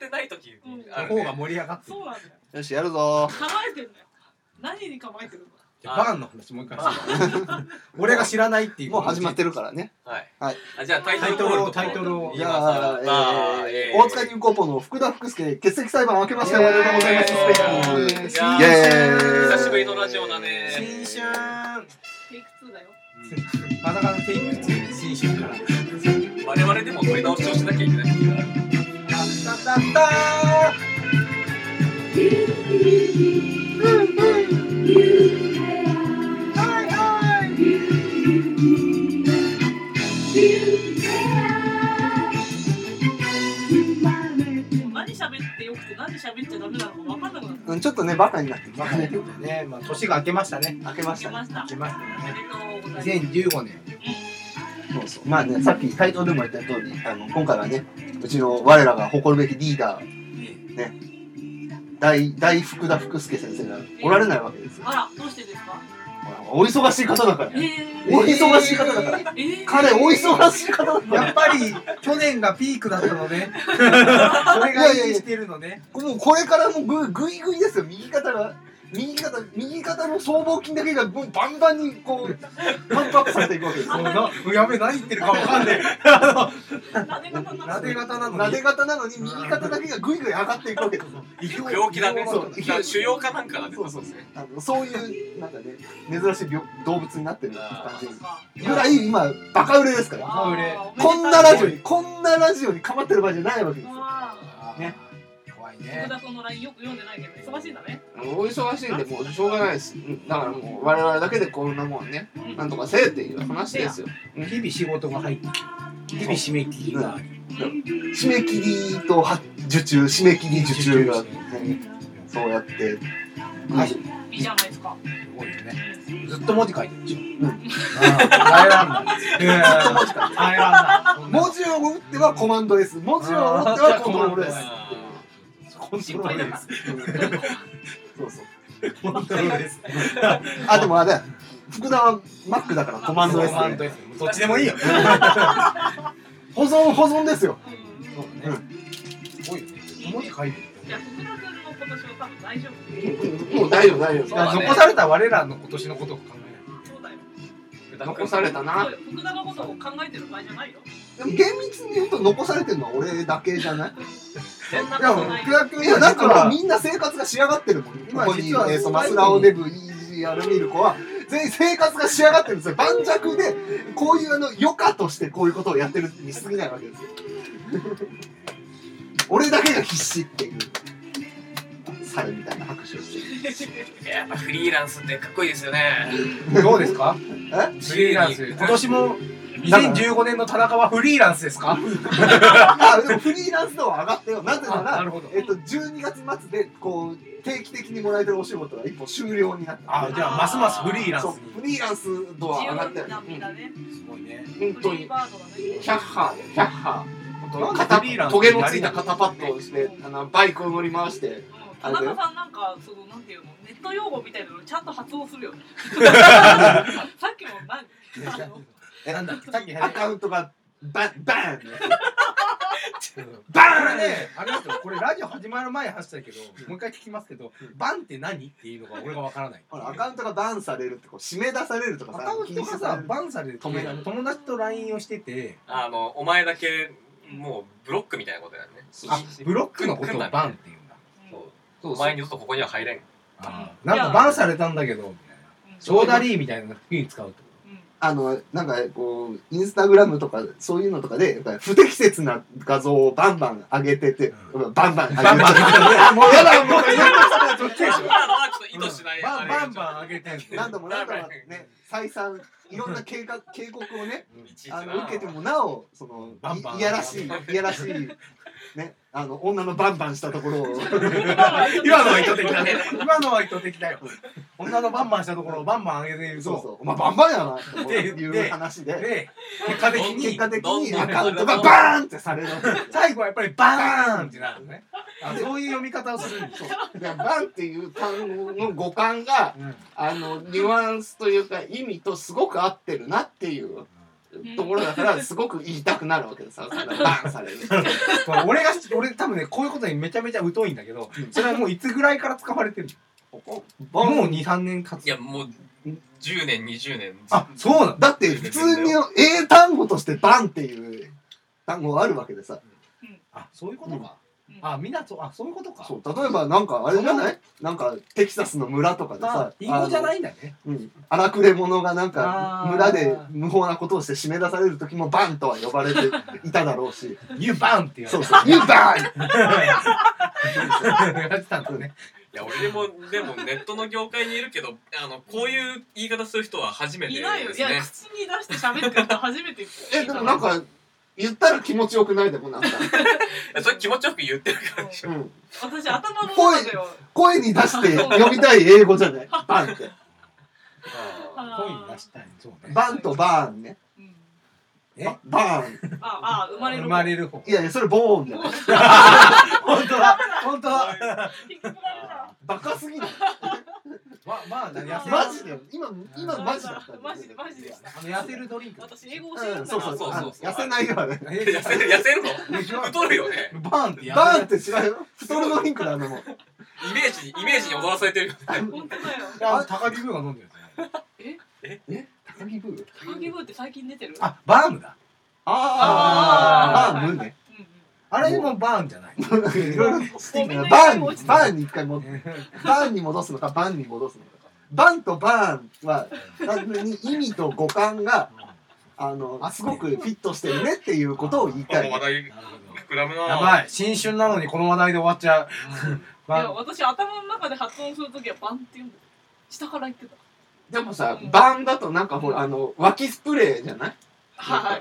ってない時あるね。方が盛り上がってる。 そうなんだよ。 よしやるぞ。 構えてんだよ。何に構えてるの？ じゃあバーンの話もう一回して俺が知らないっていう。 もう始まってるからね。 はいはい。 じゃあタイトルをじゃあ大塚入高校の福田福助欠席裁判明けましておめでとうございます。 イエーイ。久しぶりのラジオだね。 新春。 テイク2だよ。 まさかのテイク2新春から。 我々でも取り直しをしなきゃいけない時がある。 タタタ何喋ってよくて何喋っちゃダメなのか分かんなくなった。 ちょっとねバカになってきましたね。まあ年が明けましたね。 明けましたね。 明けましたね。 おめでとうございます。 2015年。 そうそう。まあねさっきタイトルでも言った通り今回はねうちの我らが誇るべきリーダーね大福田福助先生がおられないわけですよ。 あらどうしてですか？ お忙しい方だから。お忙しい方だから。彼お忙しい方だから。 やっぱり去年がピークだったのね。それが維持してるのね。 もうこれからもぐいぐいですよ。右肩の僧帽筋だけがバンバンにこうパンプアップされていくわけですよ。 やべえ何言ってるかわかんねえ。 なで型なのに右肩だけがぐいぐい上がっていくわけですよ。 病気だね。腫瘍かなんかが出たそうですね。 そういうなんかね珍しい動物になってる感じぐらい今バカ売れですから。こんなラジオにかまってる場合じゃないわけですよ。ね。 福田君の LINE よく読んでないけど忙しいんだね。 お忙しいんでもうしょうがないです。だからもう我々だけでこんなもんねなんとかせえっていう話ですよ。 日々仕事が入って日々締め切りが締め切りと受注締め切り受注がそうやっていいじゃないですか。 すごいよね。ずっと文字書いてるでしょ。耐えらんない。ずっと文字書いてる。耐えらんない。 文字を打ってはコマンド S、文字を打ってはコントロール S。 心配です。 そうそう。コントロール S。あでもあれ福田は Mac だからコマンド S。 どっちでもいいよ。 保存ですよ。 すごいよね。文字書いてる。 いや福田君の今年は多分大丈夫。 もう大丈夫。 残された我らの今年のことを考えない。 そうだよ。 残されたな。 福田のことを考えてる場合じゃないよ。 でも厳密に言うと残されてるのは俺だけじゃない？いやなんかもうみんな生活が仕上がってるもん。ここにマスラオデブイージーアルミルコは全員生活が仕上がってるんですよ。盤石でこういう余暇としてこういうことをやってるに過ぎないわけですよ。俺だけが必死っていう猿みたいな拍手をしてる。 やっぱフリーランスってかっこいいですよね。 どうですか？フリーランス今年も2015年の田中はフリーランスですか？ でもフリーランス度は上がったよ。なぜなら12月末でこう定期的にもらえてるお仕事が一歩終了になった。 じゃあますますフリーランスに。 フリーランス度は上がったよ。 すごいね。 本当に100ハトゲのついた肩パッドをしてバイクを乗り回して。 田中さんなんかそのなんていうのネット用語みたいなのちゃんと発音するよね。さっきもなんだっけさっきアカウントがバンバンバーンね、あれですよ、これラジオ始まる前に話したけど、もう一回聞きますけど、バンって何っていうのが俺がわからない。 アカウントがバンされるってこう締め出されるとかさ、 アカウントがさバンされるって友達と LINE をしてて、 お前だけもうブロックみたいなことだよね。 ブロックのことをバンっていうんだ。 そう、お前にとここには入れん。 なんかバンされたんだけどみたいな。ソーダリーみたいな風に使うと。 なんかこうインスタグラムとかそういうのとかで不適切な画像をバンバン上げてて、バンバン上げてて、もうやだもうそっちでしょ。 意図しないバンバン上げて何度もね再三いろんな警告をね受けてもなおそのいやらしいね女のバンバンしたところを今のは意図的だね。今のは意図的だよ。女のバンバンしたところをバンバン上げていると、 お前バンバンやなっていう話で結果的にアカウントがバーンってされる。 最後はやっぱりバーンってなるね。そういう読み方をするんですよ。 バンっていう単語の語感がニュアンスというか意味とすごく合ってるなっていう。 ところだからすごく言いたくなるわけでさ、バンされる。 俺多分ねこういうことにめちゃめちゃ疎いんだけど、それはもういつぐらいから使われてるの？もう2、3年経つ。 いやもう10年20年。 あ、そうなんだって普通に英単語としてバンっていう単語があるわけでさ。 あ、そういうことか。あ、みんなそういうことか。 そう、例えばなんかあれじゃない？なんかテキサスの村とかでさ、 隠語じゃないんだね。 荒くれ者がなんか村で無法なことをして締め出される時もバンとは呼ばれていただろうし。 You バンって言われて。 そうそう。You バン。 やってたんだね。 いや俺でもネットの業界にいるけどこういう言い方する人は初めてですね。 いないよ。いや口に出して喋ってる人初めて。 でもなんか言ったら気持ちよくない？でもなんかそれ気持ちよく言ってるからでしょ。 私頭の中では声に出して読みたい英語じゃない？バンって。 声に出したい。そうね。 バンとバーンね。バーン。 生まれる方。 いやいや、それボーンじゃない。 本当だ。本当だ。 バカすぎない。 まあマジで今マジだった。 マジで痩せるドリンク。 私英語教えるんだ。 そう痩せないよね。 痩せるの？太るよね。 バーンってバーンって違うよ。太るドリンクだもん。 イメージに踊らされてるよね。 本当だよ。 高木ブーが飲んでるやえ高木ブー？ 高木ブーって最近出てる？ あ、バームだ。 バームね。 あれもバーンじゃない。 いろいろ素敵なバーンに一回バーンに戻すのかバンに戻すのか。バンとバーンは単純に意味と語感がすごくフィットしてるねっていうことを言いたい。 話題膨らむな。 やばい、新春なのにこの話題で終わっちゃう。 いや私頭の中で発音するときはバンって言うんだよ。下から言ってた。 でもさ、バンだとなんかほら脇スプレーじゃない？ はい。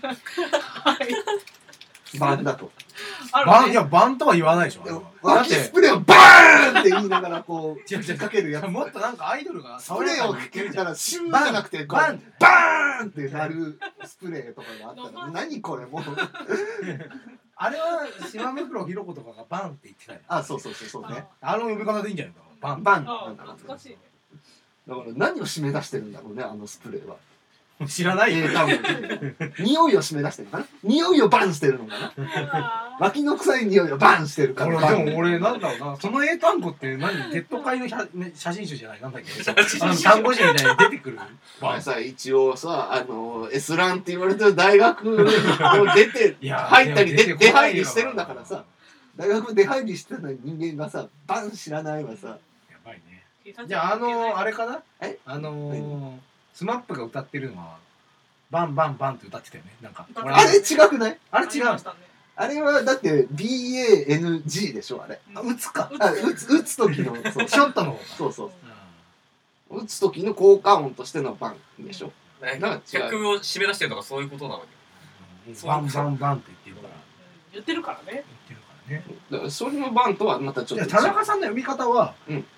バンだと。 いやバンとは言わないでしょ。 脇スプレーをバーンって言いながらこうかけるやつ。 もっとなんかアイドルがスプレーをかけたらシューじゃなくてバーンってなるスプレーとかがあったら何これもう。 あれは島袋ひろ子とかがバンって言ってたよ。 あ、そうね。 あの呼び方でいいんじゃないか。 バン。 懐かしいね。 だから何を締め出してるんだろうね、あのスプレーは。 知らないよ。 多分匂いを締め出してるのかな。匂いをバンしてるのかな。脇の臭い匂いをバンしてるから。 でも俺なんだろうな、その英単語って何？テッド会の写真集じゃない？なんだっけ？単語集みたいに出てくる。 まあさ、一応さ、S ランって言われてる大学を出て入ったり出入りしてるんだからさ、大学出入りしてた人間がさ、バン知らないわさ。 やばいね。じゃああれかな？スマップが歌ってるのはバンバンバンって歌ってたよね。なんかあれ違くない？ あれ違う。 あれはだって BANG でしょあれ。 打つか。 打つ時のショットの方。 そう。打つ時の効果音としてのバンでしょ。 逆を締め出してるとかそういうことなのに。 バンバンバンって言ってるから。 言ってるからね。 だからそれのバンとはまたちょっと違う。 田中さんの読み方は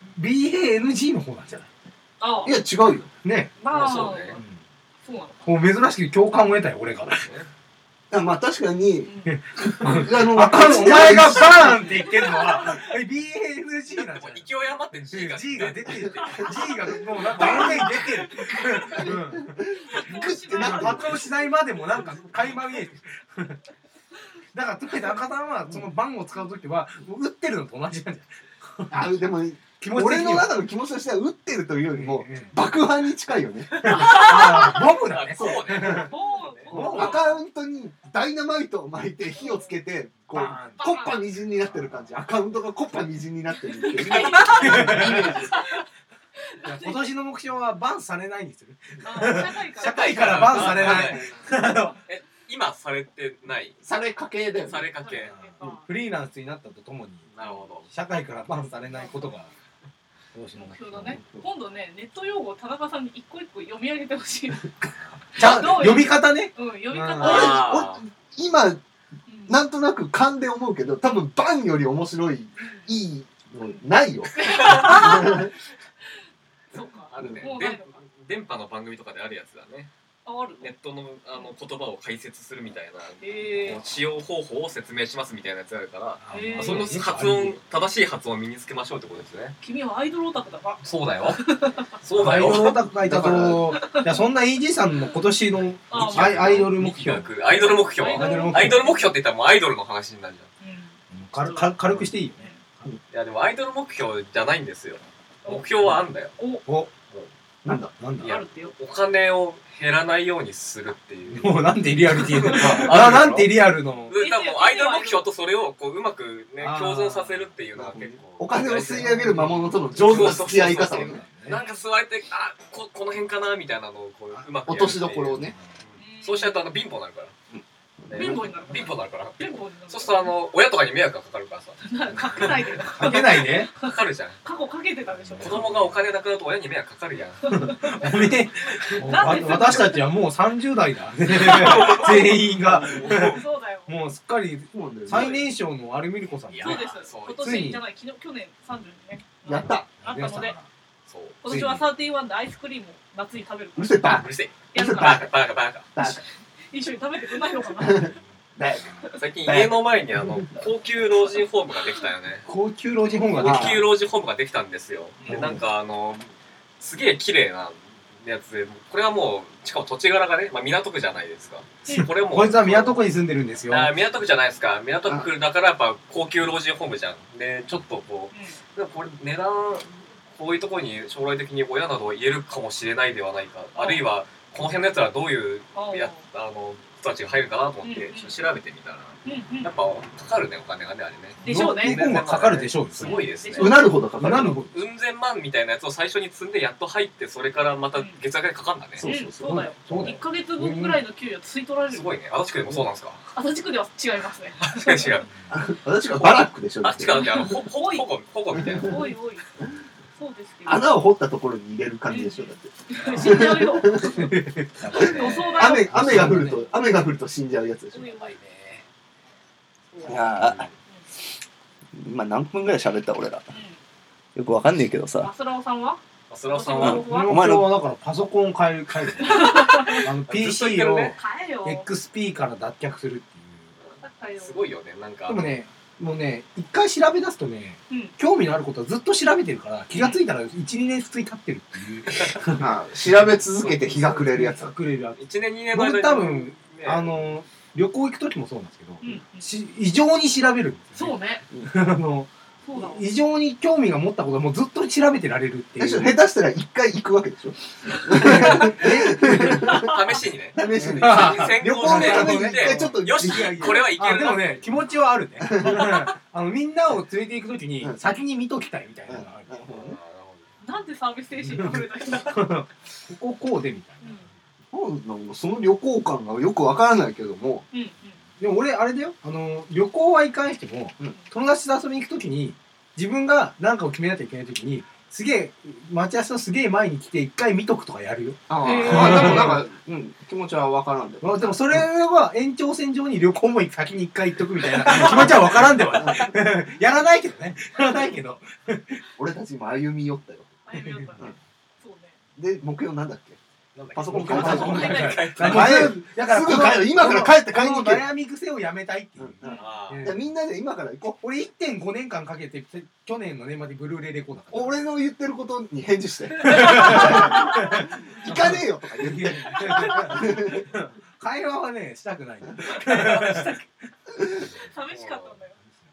BANG の方なんじゃない？ いや違うよ。 ね。 まあそうね。 そうなの。 もう珍しく共感を得たよ俺が。 まあ確かにお前がバーンって言ってるのは BANG なんじゃない？ 勢い余って G が出てる。G がもうなんか表に出てる。 グッてなって発音しないまでもなんか垣間見えてる。だから特に田中さんはそのバンを使うときは打ってるのと同じなんじゃない？ でも俺の中の気持ちとしては打ってるというよりも爆破に近いよね。 ボムだね。 そうね。 アカウントにダイナマイトを巻いて火をつけてこうコッパみじんになってる感じ。アカウントがコッパみじんになってるっていうイメージ。 今年の目標はバンされないんですよ。 社会からバンされない。 今されてない？ されかけでされかけ。 フリーランスになったとともに、 なるほど。 社会からバンされないことが目標だね。今度ね、ネット用語を田中さんに一個一個読み上げてほしい。 じゃあ読み方ね。 読み方。 今なんとなく勘で思うけど、多分バンより面白いいいのないよ。 そうか。 あるね。電波の番組とかであるやつだね。 あるネットの言葉を解説するみたいな、 え使用方法を説明しますみたいなやつがあるから、その正しい発音を身につけましょうってことですね。 君はアイドルオタクだかそうだよ。そうだアイドルよ。 オタクがいたと、いやそんな EG さんの今年のアイドル目標、 アイドル目標。 アイドル目アイドル目標って言ったらもうアイドルの話になるじゃん。 軽くしていいよね。 いやでもアイドル目標じゃないんですよ。目標はあんだよ。 お、 なんだなんだ。 あるってよ。 お金を減らないようにするっていう。 もうなんてリアルっていうのなんてリアルの。 多分アイドル目標とそれをこううまくね共存させるっていうのは結構。 お金を吸い上げる魔物との上手な付き合い方をね。 なんか吸われてこの辺かなみたいなのをこううまく落としどころをね。 そうしないと貧乏になるから。 貧乏になる。 貧乏になるから。 貧乏になる。 そうすると親とかに迷惑がかかるからさ。 かけないでよ。 かけないで。 かかるじゃん。 過去かけてたでしょ。 子供がお金なくなると親に迷惑かかるやん。 おめえ私たちはもう30代だ。全員が。 そうだよ。 もうすっかり最年少のアルミルコさん。 そうです。今年じゃない、去年30にね。 やった。 あったので。 そう。 今年は31でアイスクリームを夏に食べる。 うるせえバうるせえ。 やるからバカバカ。 一緒に食べてくれないのかな。 最近家の前に高級老人ホームができたよね。 高級老人ホームができた。 高級老人ホームができたんですよ。でなんかすげえ綺麗なやつで、これはもうしかも土地柄がね、港区じゃないですか。これもこいつは港区に住んでるんですよ。 港区じゃないですか。港区だからやっぱ高級老人ホームじゃん。でちょっとこう、でもこれ値段こういうところに将来的に親などを言えるかもしれないではないか。あるいはこの辺のやつらどういう人たちが入るかなと思って調べてみたら、やっぱかかるね、お金がね、あれね。 でしょうね。 日本はかかるでしょう。 すごいですね。 うなるほどかかる。 うん千万みたいなやつを最初に積んでやっと入って、それからまた月額でかかんだね。 そうだよ。1ヶ月分ぐらいの給与吸い取られる。 すごいね。足立区でもそうなんですか。 足立区では違いますね。 違う。 足立区はバラックでしょ。 あっちかだって保護みたいな。 おいおい。そうですけど。 穴を掘ったところに入れる感じでしょ。だって。 死んじゃうよ。 雨が降ると死んじゃうやつでしょ。いや今何分ぐらい喋った俺ら。よくわかんねえけどさ。 マスラオさんは？ マスラオさんはお前のはだからパソコンを変える。PC を XP から脱却するっていう。 すごいよね、なんか。 でもね、もうね、一回調べ出すとね、興味のあることはずっと調べてるから、気がついたら1、2年普通に経ってるっていう。 調べ続けて日が暮れるやつ。 暮れるやつ。 1年2年僕多分、旅行行く時もそうなんですけど、異常に調べるんですよ。 そうね。 異常に興味が持ったことはもうずっと調べてられるっていう。 下手したら一回行くわけでしょ。 試しにね。 試しに。 先行してちょっとよし、これはいける。 でもね、気持ちはあるね。みんなを連れて行く時に先に見ときたいみたいなのがある。 なんでサービス精神に溢れた人。 こうでみたいな。その旅行感がよくわからないけども。 でも俺あれだよ、旅行はいかんしても、友達と遊びに行くときに自分が何かを決めなきゃいけないときにすげえ待ち合わせのすげえ前に来て一回見とくとかやるよ。 でもなんか、気持ちはわからんで。 でもそれは延長線上に旅行も先に一回行っとくみたいな気持ちはわからんではない。やらないけどね。やらないけど。 俺たち今歩み寄ったよ。 歩み寄ったね。そうね。 で、目標なんだっけ？パソコン変えたい。 すぐ帰る。 今から帰って買いに行け。 悩み癖をやめたいっていう。 みんなで今から行こう。 俺 1.5 年間かけて去年の年末にブルーレイレコーダー。 俺の言ってることに返事して。行かねえよとか言って。 会話はねしたくない。 寂しかったんだよ。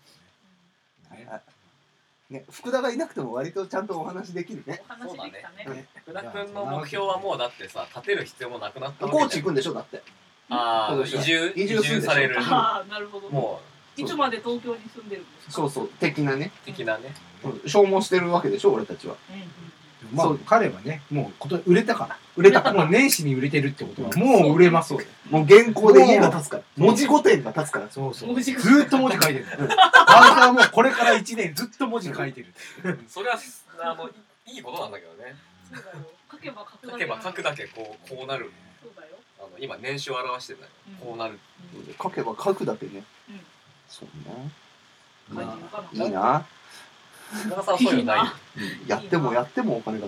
ね、福田がいなくても割とちゃんとお話できるね。 そうだね。福田君の目標はもうだってさ、立てる必要もなくなったわけ高知行くんでしょだって。 移住される。 ああ、なるほど。 もういつまで東京に住んでるんですか？ そうそう、的なね。消耗してるわけでしょ俺たちは。 まあ彼はね、もう売れたから。売れた。もう年始に売れてるってことはもう売れます。 もう原稿で家が建つから。文字御殿が建つから。 そうそう。ずーっと文字書いてる。あなたはもうこれから1年ずっと文字書いてる。 それはいいことなんだけどね。 そうだよ。書けば書くだけこうなる。 そうだよ。 今年収を表してるんだよ。こうなる。 書けば書くだけね。そうね。 書いてるかな。 いいな。 福田さんそういうのない。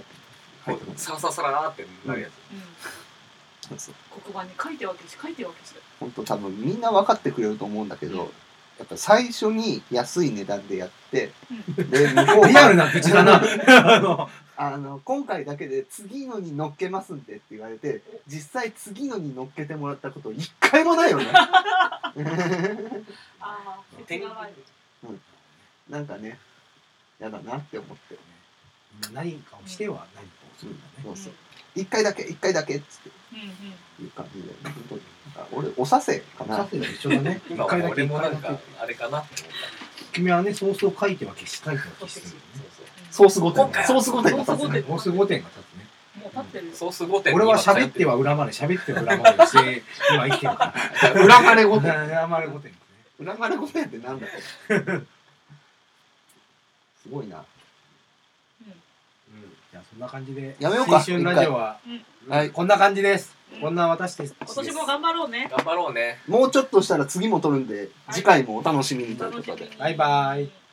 やってもお金がサラサラサラってなるやつ。 黒板に書いては消し書いては消し。 本当多分みんな分かってくれると思うんだけど、やっぱ最初に安い値段でやって、で向こうリアルな口だな。 今回だけで次のに乗っけますんでって言われて、実際次のに乗っけてもらったこと一回もないよね。 ああ、手がない。 なんかね、やだなって思って。 何かをしては何かをするんだね。 そうそう。一回だけっつっていう感じで、本当に俺おさせかな。 おさせが一緒だね。 今は俺もなんかあれかなって思った。 君はね、ソースを書いては消し、書いては消し。 ソース5点。 ソース5点が立つね。ソース5点が立つね。 もう立ってる。 ソース5点。 俺は喋っては恨まれ、喋っては恨まれして今生きてるから。 恨まれ5点。 恨まれ5点。 恨まれ5点ってなんだっけ。すごいな。 じゃあそんな感じでやめようか。 青春ラジオはこんな感じです。こんな私です。 今年も頑張ろうね。 頑張ろうね。 もうちょっとしたら次も撮るんで、次回もお楽しみにということで。 バイバイ。